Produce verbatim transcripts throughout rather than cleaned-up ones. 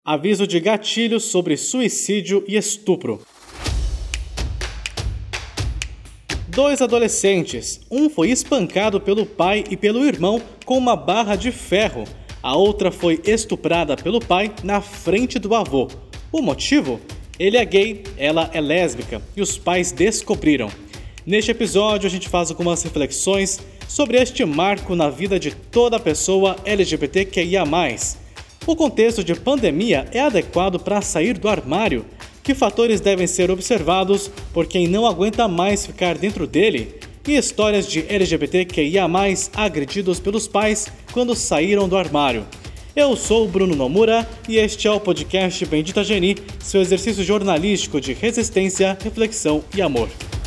Aviso de gatilho sobre suicídio e estupro. Dois adolescentes, um foi espancado pelo pai e pelo irmão com uma barra de ferro. A outra foi estuprada pelo pai na frente do avô. O motivo? Ele é gay, ela é lésbica e os pais descobriram. Neste episódio a gente faz algumas reflexões sobre este marco na vida de toda pessoa L G B T Q I A mais. O contexto de pandemia é adequado para sair do armário? Que fatores devem ser observados por quem não aguenta mais ficar dentro dele? E histórias de L G B T Q I A mais, agredidos pelos pais quando saíram do armário. Eu sou o Bruno Nomura e este é o podcast Bendita Geni, seu exercício jornalístico de resistência, reflexão e amor.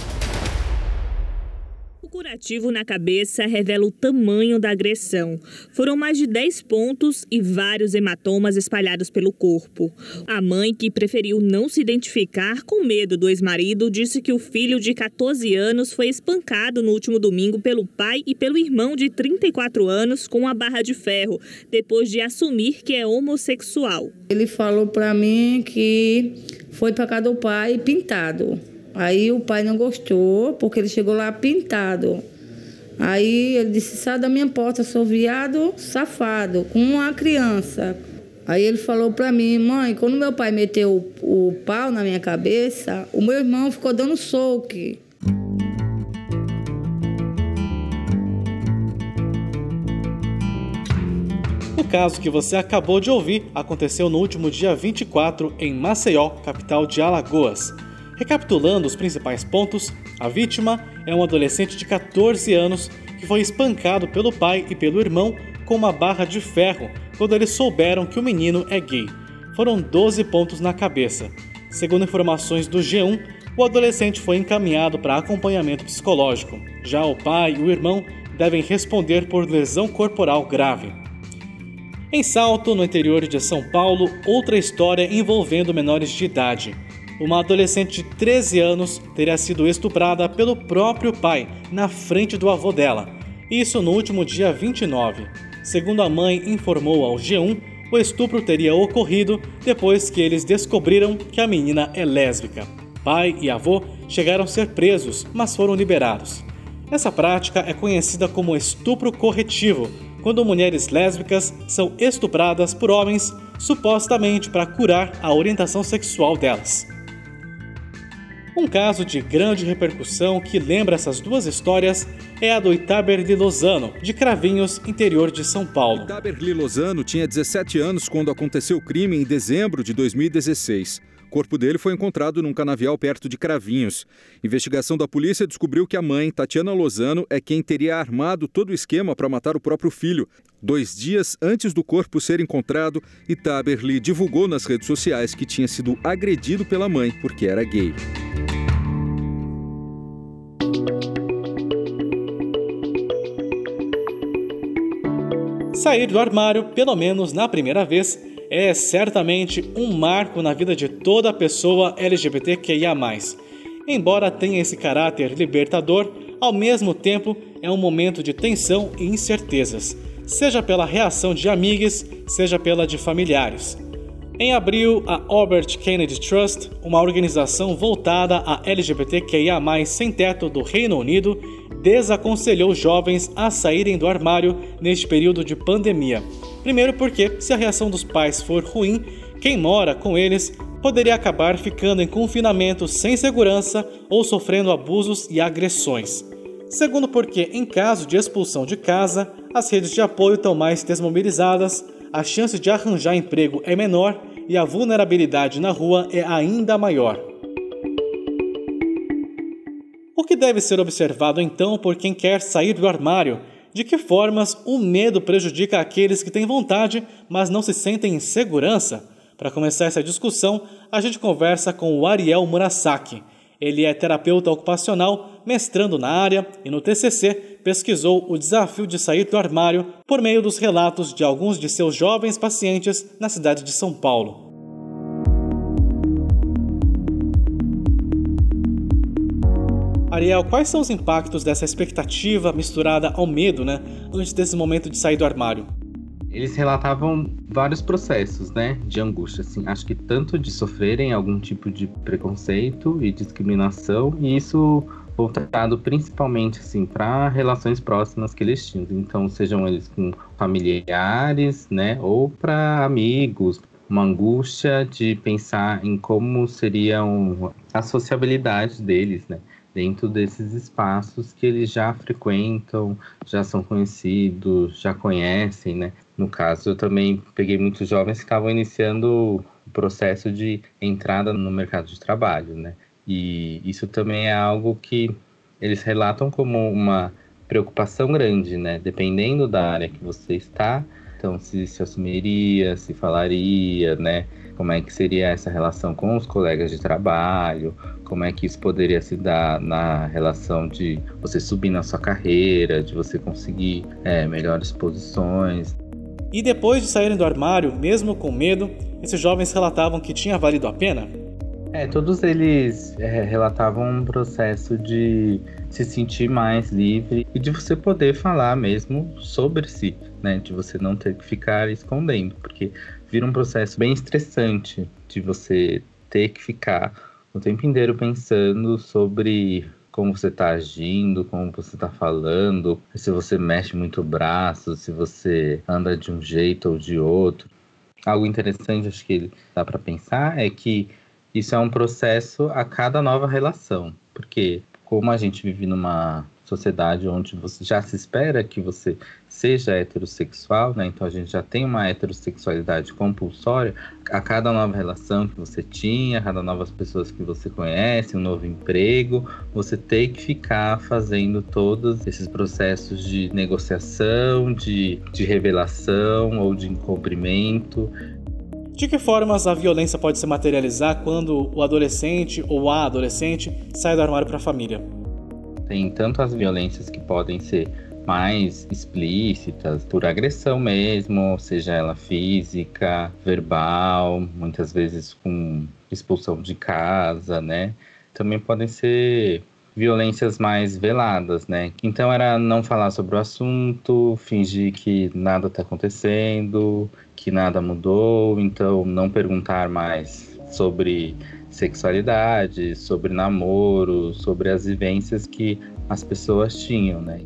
O curativo na cabeça revela o tamanho da agressão. Foram mais de dez pontos e vários hematomas espalhados pelo corpo. A mãe, que preferiu não se identificar com medo do ex-marido, disse que o filho de catorze anos foi espancado no último domingo pelo pai e pelo irmão de trinta e quatro anos com uma barra de ferro, depois de assumir que é homossexual. Ele falou pra mim que foi pra casa do pai pintado. Aí o pai não gostou, porque ele chegou lá pintado. Aí ele disse, sai da minha porta, sou viado safado, com uma criança. Aí ele falou pra mim, mãe, quando meu pai meteu o, o pau na minha cabeça, o meu irmão ficou dando soco. O caso que você acabou de ouvir aconteceu no último dia vinte e quatro em Maceió, capital de Alagoas. Recapitulando os principais pontos, a vítima é um adolescente de catorze anos que foi espancado pelo pai e pelo irmão com uma barra de ferro quando eles souberam que o menino é gay. Foram doze pontos na cabeça. Segundo informações do G um, o adolescente foi encaminhado para acompanhamento psicológico. Já o pai e o irmão devem responder por lesão corporal grave. Em Salto, no interior de São Paulo, outra história envolvendo menores de idade. Uma adolescente de treze anos teria sido estuprada pelo próprio pai na frente do avô dela. Isso no último dia vinte e nove. Segundo a mãe informou ao G um, o estupro teria ocorrido depois que eles descobriram que a menina é lésbica. Pai e avô chegaram a ser presos, mas foram liberados. Essa prática é conhecida como estupro corretivo, quando mulheres lésbicas são estupradas por homens, supostamente para curar a orientação sexual delas. Um caso de grande repercussão que lembra essas duas histórias é a do Itaberli Lozano, de Cravinhos, interior de São Paulo. Itaberli Lozano tinha dezessete anos quando aconteceu o crime em dezembro de dois mil e dezesseis. O corpo dele foi encontrado num canavial perto de Cravinhos. Investigação da polícia descobriu que a mãe, Tatiana Lozano, é quem teria armado todo o esquema para matar o próprio filho. Dois dias antes do corpo ser encontrado, Itaberli divulgou nas redes sociais que tinha sido agredido pela mãe porque era gay. Sair do armário, pelo menos na primeira vez, é certamente um marco na vida de toda pessoa L G B T Q I A mais. Embora tenha esse caráter libertador, ao mesmo tempo é um momento de tensão e incertezas, seja pela reação de amigos, seja pela de familiares. Em abril, a Albert Kennedy Trust, uma organização voltada a L G B T Q I A mais, sem teto do Reino Unido, desaconselhou jovens a saírem do armário neste período de pandemia. Primeiro porque, se a reação dos pais for ruim, quem mora com eles poderia acabar ficando em confinamento sem segurança ou sofrendo abusos e agressões. Segundo porque, em caso de expulsão de casa, as redes de apoio estão mais desmobilizadas, a chance de arranjar emprego é menor e a vulnerabilidade na rua é ainda maior. O que deve ser observado então por quem quer sair do armário? De que formas o medo prejudica aqueles que têm vontade, mas não se sentem em segurança? Para começar essa discussão, a gente conversa com o Ariel Murasaki. Ele é terapeuta ocupacional, mestrando na área e no T C C pesquisou o desafio de sair do armário por meio dos relatos de alguns de seus jovens pacientes na cidade de São Paulo. Ariel, quais são os impactos dessa expectativa misturada ao medo, né, antes desse momento de sair do armário? Eles relatavam vários processos, né, de angústia, assim, acho que tanto de sofrerem algum tipo de preconceito e discriminação, e isso voltado principalmente, assim, para relações próximas que eles tinham. Então, sejam eles com familiares, né, ou para amigos, uma angústia de pensar em como seria um, a sociabilidade deles, né, dentro desses espaços que eles já frequentam, já são conhecidos, já conhecem, né. No caso, eu também peguei muitos jovens que estavam iniciando o processo de entrada no mercado de trabalho, né? E isso também é algo que eles relatam como uma preocupação grande, né? Dependendo da área que você está, então se se assumiria, se falaria, né? Como é que seria essa relação com os colegas de trabalho, como é que isso poderia se dar na relação de você subir na sua carreira, de você conseguir é, melhores posições. E depois de saírem do armário, mesmo com medo, esses jovens relatavam que tinha valido a pena? É, todos eles é, relatavam um processo de se sentir mais livre e de você poder falar mesmo sobre si, né? De você não ter que ficar escondendo, porque vira um processo bem estressante de você ter que ficar o tempo inteiro pensando sobre como você está agindo, como você está falando, se você mexe muito o braço, se você anda de um jeito ou de outro. Algo interessante, acho que dá para pensar, é que isso é um processo a cada nova relação, porque como a gente vive numa sociedade onde você já se espera que você seja heterossexual, né? Então a gente já tem uma heterossexualidade compulsória, a cada nova relação que você tinha, a cada novas pessoas que você conhece, um novo emprego, você tem que ficar fazendo todos esses processos de negociação, de, de revelação ou de encobrimento. De que formas a violência pode se materializar quando o adolescente ou a adolescente sai do armário para a família? Tem tanto as violências que podem ser mais explícitas, por agressão mesmo, seja ela física, verbal, muitas vezes com expulsão de casa, né? Também podem ser violências mais veladas, né? Então era não falar sobre o assunto, fingir que nada está acontecendo, que nada mudou, então não perguntar mais sobre sexualidade, sobre namoro, sobre as vivências que as pessoas tinham, né?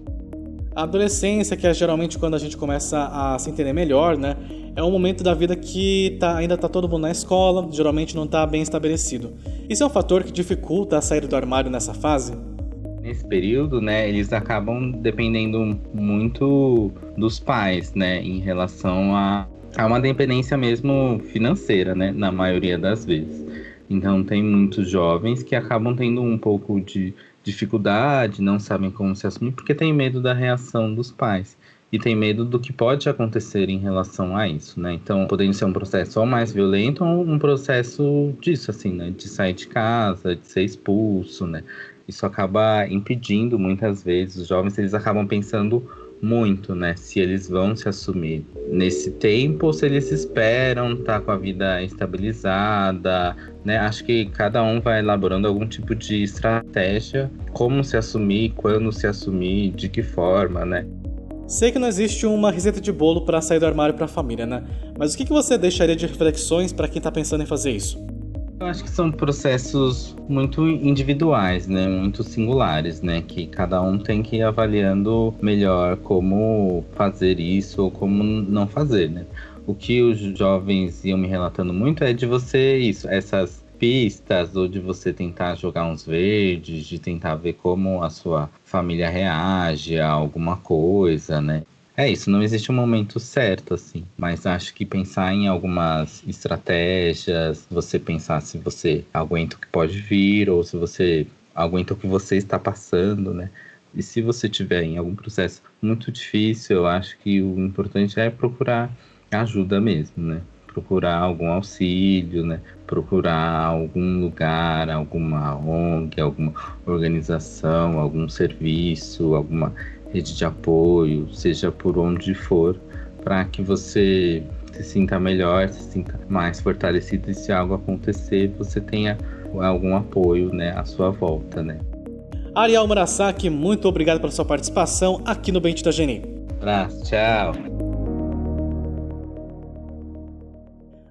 A adolescência, que é geralmente quando a gente começa a se entender melhor, né? É um momento da vida que tá, ainda tá todo mundo na escola, geralmente não tá bem estabelecido. Isso é um fator que dificulta a saída do armário nessa fase? Nesse período, né, eles acabam dependendo muito dos pais, né, em relação a, a uma dependência mesmo financeira, né, na maioria das vezes. Então tem muitos jovens que acabam tendo um pouco de dificuldade, não sabem como se assumir, porque tem medo da reação dos pais. E tem medo do que pode acontecer em relação a isso, né? Então, podendo ser um processo ou mais violento ou um processo disso, assim, né? De sair de casa, de ser expulso, né? Isso acaba impedindo, muitas vezes, os jovens, eles acabam pensando muito, né? Se eles vão se assumir nesse tempo ou se eles esperam estar com a vida estabilizada, né? Acho que cada um vai elaborando algum tipo de estratégia, como se assumir, quando se assumir, de que forma, né? Sei que não existe uma receita de bolo para sair do armário para a família, né? Mas o que você deixaria de reflexões para quem está pensando em fazer isso? Eu acho que são processos muito individuais, né? Muito singulares, né? Que cada um tem que ir avaliando melhor como fazer isso ou como não fazer, né? O que os jovens iam me relatando muito é de você, isso, essas pistas, ou de você tentar jogar uns verdes, de tentar ver como a sua família reage a alguma coisa, né? É isso, não existe um momento certo, assim, mas acho que pensar em algumas estratégias, você pensar se você aguenta o que pode vir, ou se você aguenta o que você está passando, né? E se você tiver em algum processo muito difícil, eu acho que o importante é procurar ajuda mesmo, né? Procurar algum auxílio, né? Procurar algum lugar, alguma O N G, alguma organização, algum serviço, alguma rede de apoio, seja por onde for, para que você se sinta melhor, se sinta mais fortalecido e se algo acontecer, você tenha algum apoio, né, à sua volta, né? Ariel Murasaki, muito obrigado pela sua participação aqui no Bendita Geni. Abraço, tchau!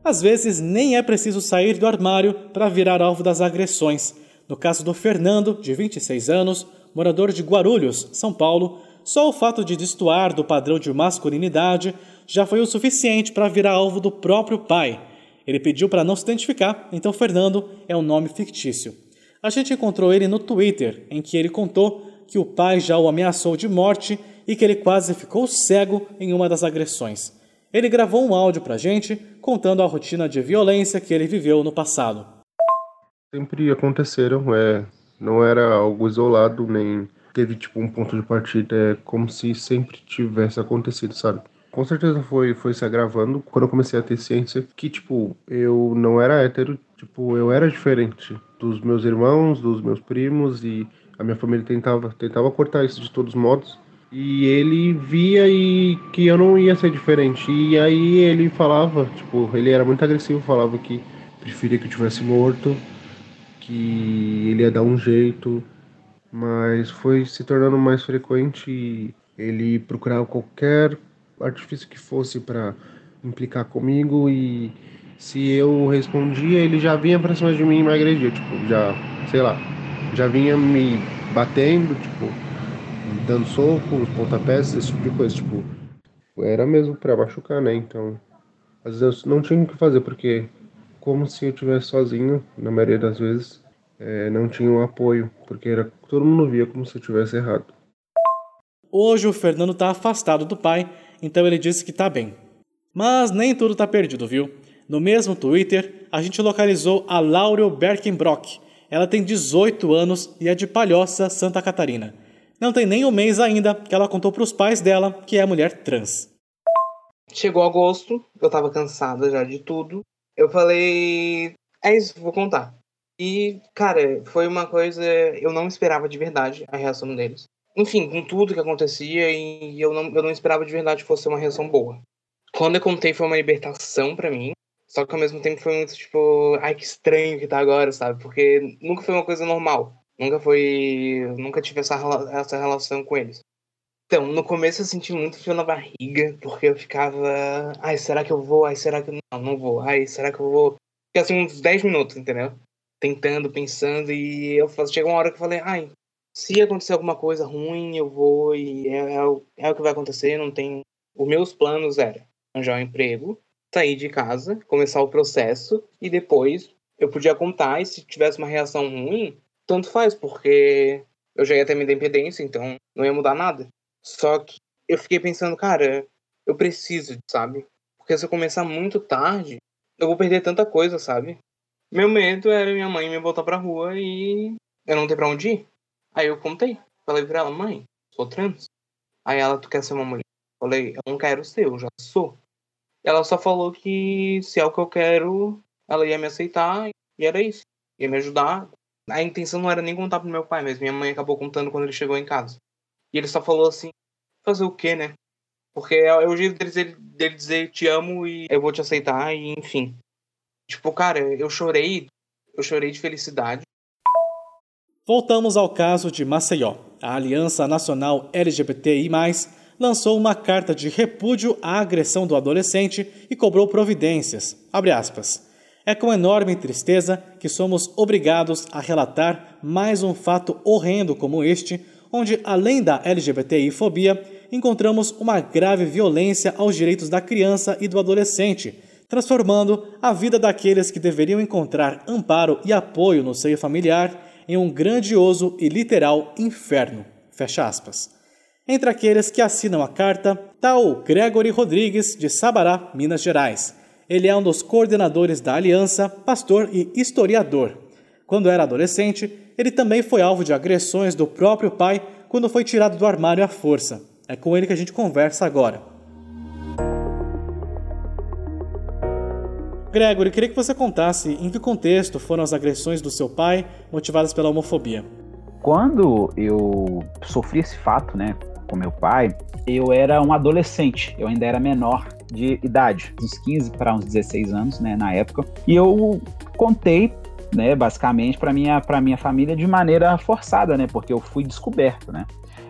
Às vezes nem é preciso sair do armário para virar alvo das agressões. No caso do Fernando, de vinte e seis anos, morador de Guarulhos, São Paulo, só o fato de destoar do padrão de masculinidade já foi o suficiente para virar alvo do próprio pai. Ele pediu para não se identificar, então Fernando é um nome fictício. A gente encontrou ele no Twitter, em que ele contou que o pai já o ameaçou de morte e que ele quase ficou cego em uma das agressões. Ele gravou um áudio pra gente, contando a rotina de violência que ele viveu no passado. Sempre aconteceram, é, não era algo isolado, nem teve tipo um ponto de partida, é como se sempre tivesse acontecido, sabe? Com certeza foi, foi se agravando quando eu comecei a ter ciência que, tipo, eu não era hétero, tipo, eu era diferente dos meus irmãos, dos meus primos, e a minha família tentava, tentava cortar isso de todos os modos. E ele via e que eu não ia ser diferente. E aí ele falava, tipo, ele era muito agressivo, falava que preferia que eu tivesse morto, que ele ia dar um jeito, mas foi se tornando mais frequente e ele procurava qualquer artifício que fosse para implicar comigo, e se eu respondia, ele já vinha pra cima de mim e me agredia, tipo, já, sei lá, já vinha me batendo, tipo, dando socos, pontapés, esse tipo de coisa, tipo, era mesmo pra machucar, né? Então, às vezes eu não tinha o que fazer, porque como se eu estivesse sozinho, na maioria das vezes, é, não tinha um apoio, porque era, todo mundo via como se eu tivesse errado. Hoje o Fernando está afastado do pai, então ele disse que está bem. Mas nem tudo está perdido, viu? No mesmo Twitter, a gente localizou a Laurel Berkenbrock. Ela tem dezoito anos e é de Palhoça, Santa Catarina. Não tem nem um mês ainda que ela contou para os pais dela que é mulher trans. Chegou agosto, eu tava cansada já de tudo. Eu falei, é isso, vou contar. E, cara, foi uma coisa, eu não esperava de verdade a reação deles. Enfim, com tudo que acontecia, e eu não, eu não esperava de verdade que fosse uma reação boa. Quando eu contei, foi uma libertação pra mim. Só que ao mesmo tempo foi muito tipo, ai, que estranho que tá agora, sabe? Porque nunca foi uma coisa normal. Nunca foi... Nunca tive essa, essa relação com eles. Então, no começo eu senti muito frio na barriga, porque eu ficava... Ai, será que eu vou? Ai, será que eu não, não vou? Ai, será que eu vou? Fiquei assim uns dez minutos, entendeu? Tentando, pensando, e eu chegou uma hora que eu falei, ai, se acontecer alguma coisa ruim, eu vou, e é, é, o, é o que vai acontecer, não tem... Os meus planos eram arranjar um emprego, sair de casa, começar o processo, e depois eu podia contar, e se tivesse uma reação ruim, tanto faz, porque eu já ia ter minha independência, então não ia mudar nada. Só que eu fiquei pensando, cara, eu preciso, sabe? Porque se eu começar muito tarde, eu vou perder tanta coisa, sabe? Meu medo era minha mãe me botar pra rua e eu não ter pra onde ir. Aí eu contei, falei pra ela, mãe, sou trans. Aí ela, tu quer ser uma mulher? Falei, eu não quero ser, eu já sou. Ela só falou que se é o que eu quero, ela ia me aceitar, e era isso. Ia me ajudar. A intenção não era nem contar pro meu pai, mas minha mãe acabou contando quando ele chegou em casa. E ele só falou assim, fazer o quê, né? Porque é o jeito dele dizer, dele dizer te amo e eu vou te aceitar, e enfim. Tipo, cara, eu chorei, eu chorei de felicidade. Voltamos ao caso de Maceió. A Aliança Nacional L G B T I mais, lançou uma carta de repúdio à agressão do adolescente e cobrou providências. Abre aspas. É com enorme tristeza que somos obrigados a relatar mais um fato horrendo como este, onde, além da L G B T I-fobia, encontramos uma grave violência aos direitos da criança e do adolescente, transformando a vida daqueles que deveriam encontrar amparo e apoio no seio familiar em um grandioso e literal inferno. Fecha aspas. Entre aqueles que assinam a carta está o Gregory Rodrigues, de Sabará, Minas Gerais. Ele é um dos coordenadores da Aliança, pastor e historiador. Quando era adolescente, ele também foi alvo de agressões do próprio pai quando foi tirado do armário à força. É com ele que a gente conversa agora. Gregory, queria que você contasse em que contexto foram as agressões do seu pai motivadas pela homofobia. Quando eu sofri esse fato, né, com meu pai, eu era um adolescente, eu ainda era menor de idade, uns quinze para uns dezesseis anos, né, na época, e eu contei, né, basicamente para minha para minha família de maneira forçada, né, porque eu fui descoberto, né.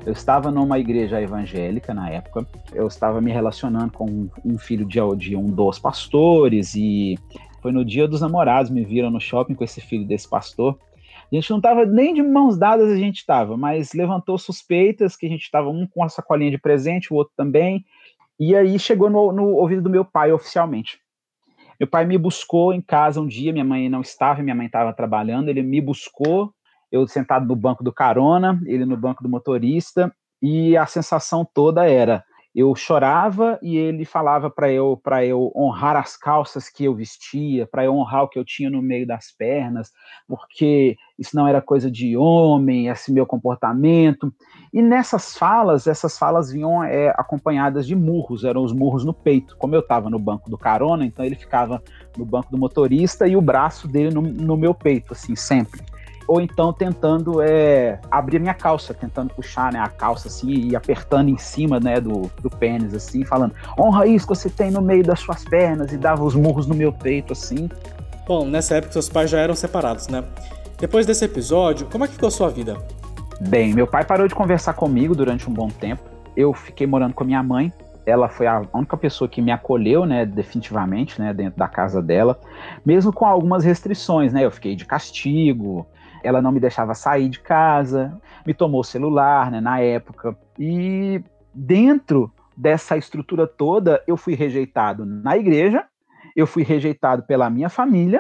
Eu estava numa igreja evangélica na época, eu estava me relacionando com um filho de, de um dos pastores e foi no dia dos namorados, me viram no shopping com esse filho desse pastor. A gente não estava nem de mãos dadas, a gente estava, mas levantou suspeitas que a gente estava um com a sacolinha de presente, o outro também, e aí chegou no, no ouvido do meu pai oficialmente. Meu pai me buscou em casa um dia, minha mãe não estava, minha mãe estava trabalhando, ele me buscou, eu sentado no banco do carona, ele no banco do motorista, e a sensação toda era, eu chorava e ele falava para eu, para eu honrar as calças que eu vestia, para eu honrar o que eu tinha no meio das pernas, porque isso não era coisa de homem, esse meu comportamento. E nessas falas, essas falas vinham é, acompanhadas de murros, eram os murros no peito. Como eu estava no banco do carona, então ele ficava no banco do motorista e o braço dele no, no meu peito, assim, sempre. Ou então tentando é, abrir minha calça, tentando puxar, né, a calça assim e apertando em cima, né, do, do pênis, assim, falando, honra isso que você tem no meio das suas pernas, e dava os murros no meu peito, assim. Bom, nessa época seus pais já eram separados, né? Depois desse episódio, como é que ficou a sua vida? Bem, meu pai parou de conversar comigo durante um bom tempo, eu fiquei morando com a minha mãe, ela foi a única pessoa que me acolheu, né, definitivamente, né, dentro da casa dela, mesmo com algumas restrições, né, eu fiquei de castigo, ela não me deixava sair de casa, me tomou o celular, né, na época. E dentro dessa estrutura toda, eu fui rejeitado na igreja, eu fui rejeitado pela minha família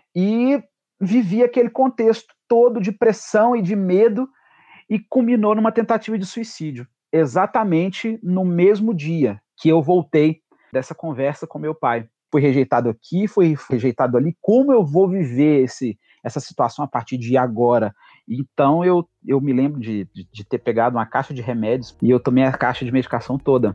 e vivi aquele contexto todo de pressão e de medo e culminou numa tentativa de suicídio. Exatamente no mesmo dia que eu voltei dessa conversa com meu pai. Fui rejeitado aqui, fui rejeitado ali. Como eu vou viver esse... essa situação a partir de agora? Então eu, eu me lembro de, de, de ter pegado uma caixa de remédios e eu tomei a caixa de medicação toda.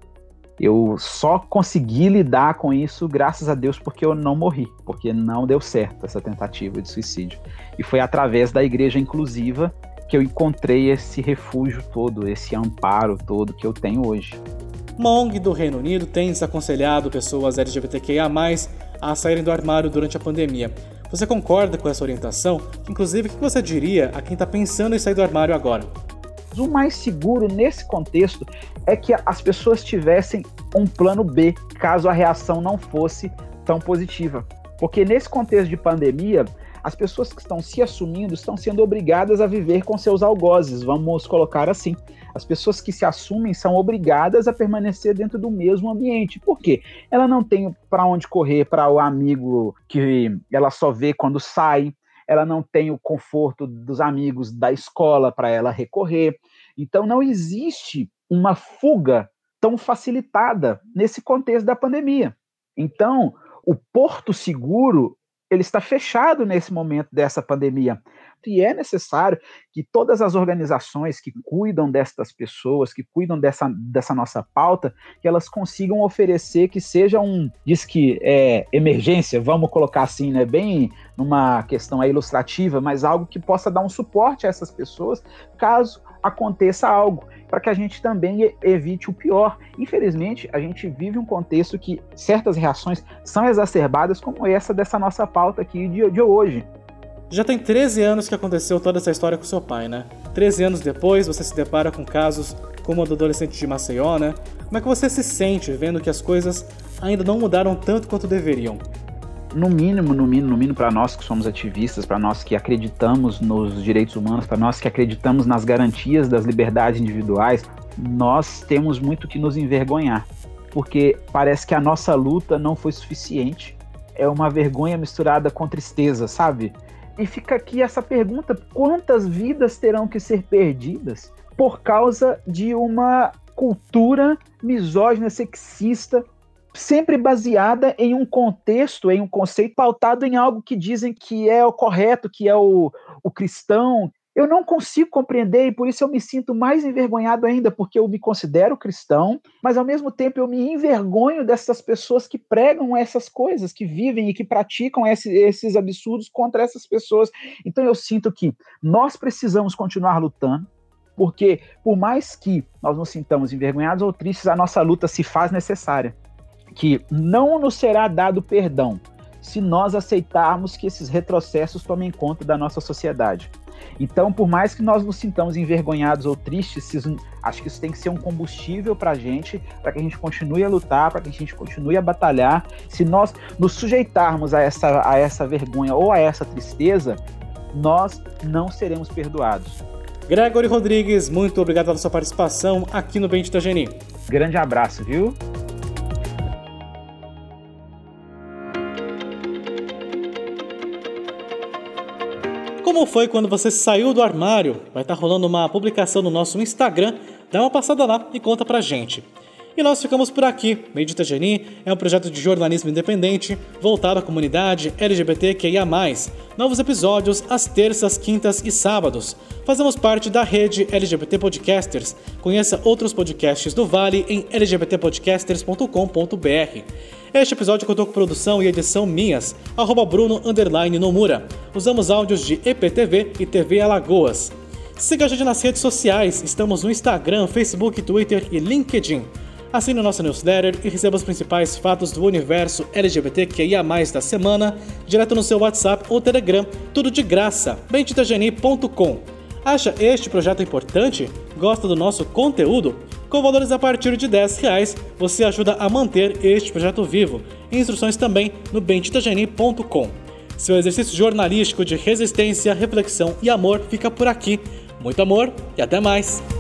Eu só consegui lidar com isso, graças a Deus, porque eu não morri, porque não deu certo essa tentativa de suicídio. E foi através da igreja inclusiva que eu encontrei esse refúgio todo, esse amparo todo que eu tenho hoje. Uma O N G do Reino Unido tem desaconselhado pessoas L G B T Q I A mais, a saírem do armário durante a pandemia. Você concorda com essa orientação? Inclusive, o que você diria a quem está pensando em sair do armário agora? O mais seguro nesse contexto é que as pessoas tivessem um plano B, caso a reação não fosse tão positiva. Porque nesse contexto de pandemia, as pessoas que estão se assumindo estão sendo obrigadas a viver com seus algozes, vamos colocar assim. As pessoas que se assumem são obrigadas a permanecer dentro do mesmo ambiente. Por quê? Ela não tem para onde correr para o amigo que ela só vê quando sai, ela não tem o conforto dos amigos da escola para ela recorrer. Então não existe uma fuga tão facilitada nesse contexto da pandemia. Então, o porto seguro ele está fechado nesse momento dessa pandemia. E é necessário que todas as organizações que cuidam destas pessoas, que cuidam dessa, dessa nossa pauta, que elas consigam oferecer que seja um, diz que é emergência, vamos colocar assim, né, bem numa questão aí ilustrativa, mas algo que possa dar um suporte a essas pessoas, caso aconteça algo, para que a gente também evite o pior. Infelizmente, a gente vive um contexto que certas reações são exacerbadas, como essa dessa nossa pauta aqui de, de hoje. Já tem treze anos que aconteceu toda essa história com seu pai, né? treze anos depois, você se depara com casos como o do adolescente de Maceió, né? Como é que você se sente vendo que as coisas ainda não mudaram tanto quanto deveriam? No mínimo, no mínimo, no mínimo para nós que somos ativistas, para nós que acreditamos nos direitos humanos, para nós que acreditamos nas garantias das liberdades individuais, nós temos muito que nos envergonhar, porque parece que a nossa luta não foi suficiente. É uma vergonha misturada com tristeza, sabe? E fica aqui essa pergunta, quantas vidas terão que ser perdidas por causa de uma cultura misógina, sexista, sempre baseada em um contexto, em um conceito pautado em algo que dizem que é o correto, que é o, o cristão. Eu não consigo compreender e por isso eu me sinto mais envergonhado ainda, porque eu me considero cristão, mas ao mesmo tempo eu me envergonho dessas pessoas que pregam essas coisas, que vivem e que praticam esse, esses absurdos contra essas pessoas. Então eu sinto que nós precisamos continuar lutando, porque por mais que nós nos sintamos envergonhados ou tristes, a nossa luta se faz necessária. Que não nos será dado perdão se nós aceitarmos que esses retrocessos tomem conta da nossa sociedade. Então, por mais que nós nos sintamos envergonhados ou tristes, acho que isso tem que ser um combustível para a gente, para que a gente continue a lutar, para que a gente continue a batalhar. Se nós nos sujeitarmos a essa, a essa vergonha ou a essa tristeza, nós não seremos perdoados. Gregory Rodrigues, muito obrigado pela sua participação aqui no Bendita Geni. Grande abraço, viu? Como foi quando você saiu do armário? Vai estar rolando uma publicação no nosso Instagram. Dá uma passada lá e conta pra gente. E nós ficamos por aqui. Bendita Geni é um projeto de jornalismo independente voltado à comunidade L G B T Q I A mais. Novos episódios às terças, quintas e sábados. Fazemos parte da rede L G B T Podcasters. Conheça outros podcasts do Vale em l g b t podcasters ponto com ponto b r. Este episódio contou com produção e edição minhas, arroba Bruno underline Nomura. Usamos áudios de E P T V e T V Alagoas. Siga a gente nas redes sociais, estamos no Instagram, Facebook, Twitter e LinkedIn. Assine o nosso newsletter e receba os principais fatos do universo L G B T Q I A mais, da semana, direto no seu WhatsApp ou Telegram, tudo de graça, bendita geni ponto com. Acha este projeto importante? Gosta do nosso conteúdo? Com valores a partir de dez reais, você ajuda a manter este projeto vivo. Instruções também no bendita geni ponto com. Seu exercício jornalístico de resistência, reflexão e amor fica por aqui. Muito amor e até mais!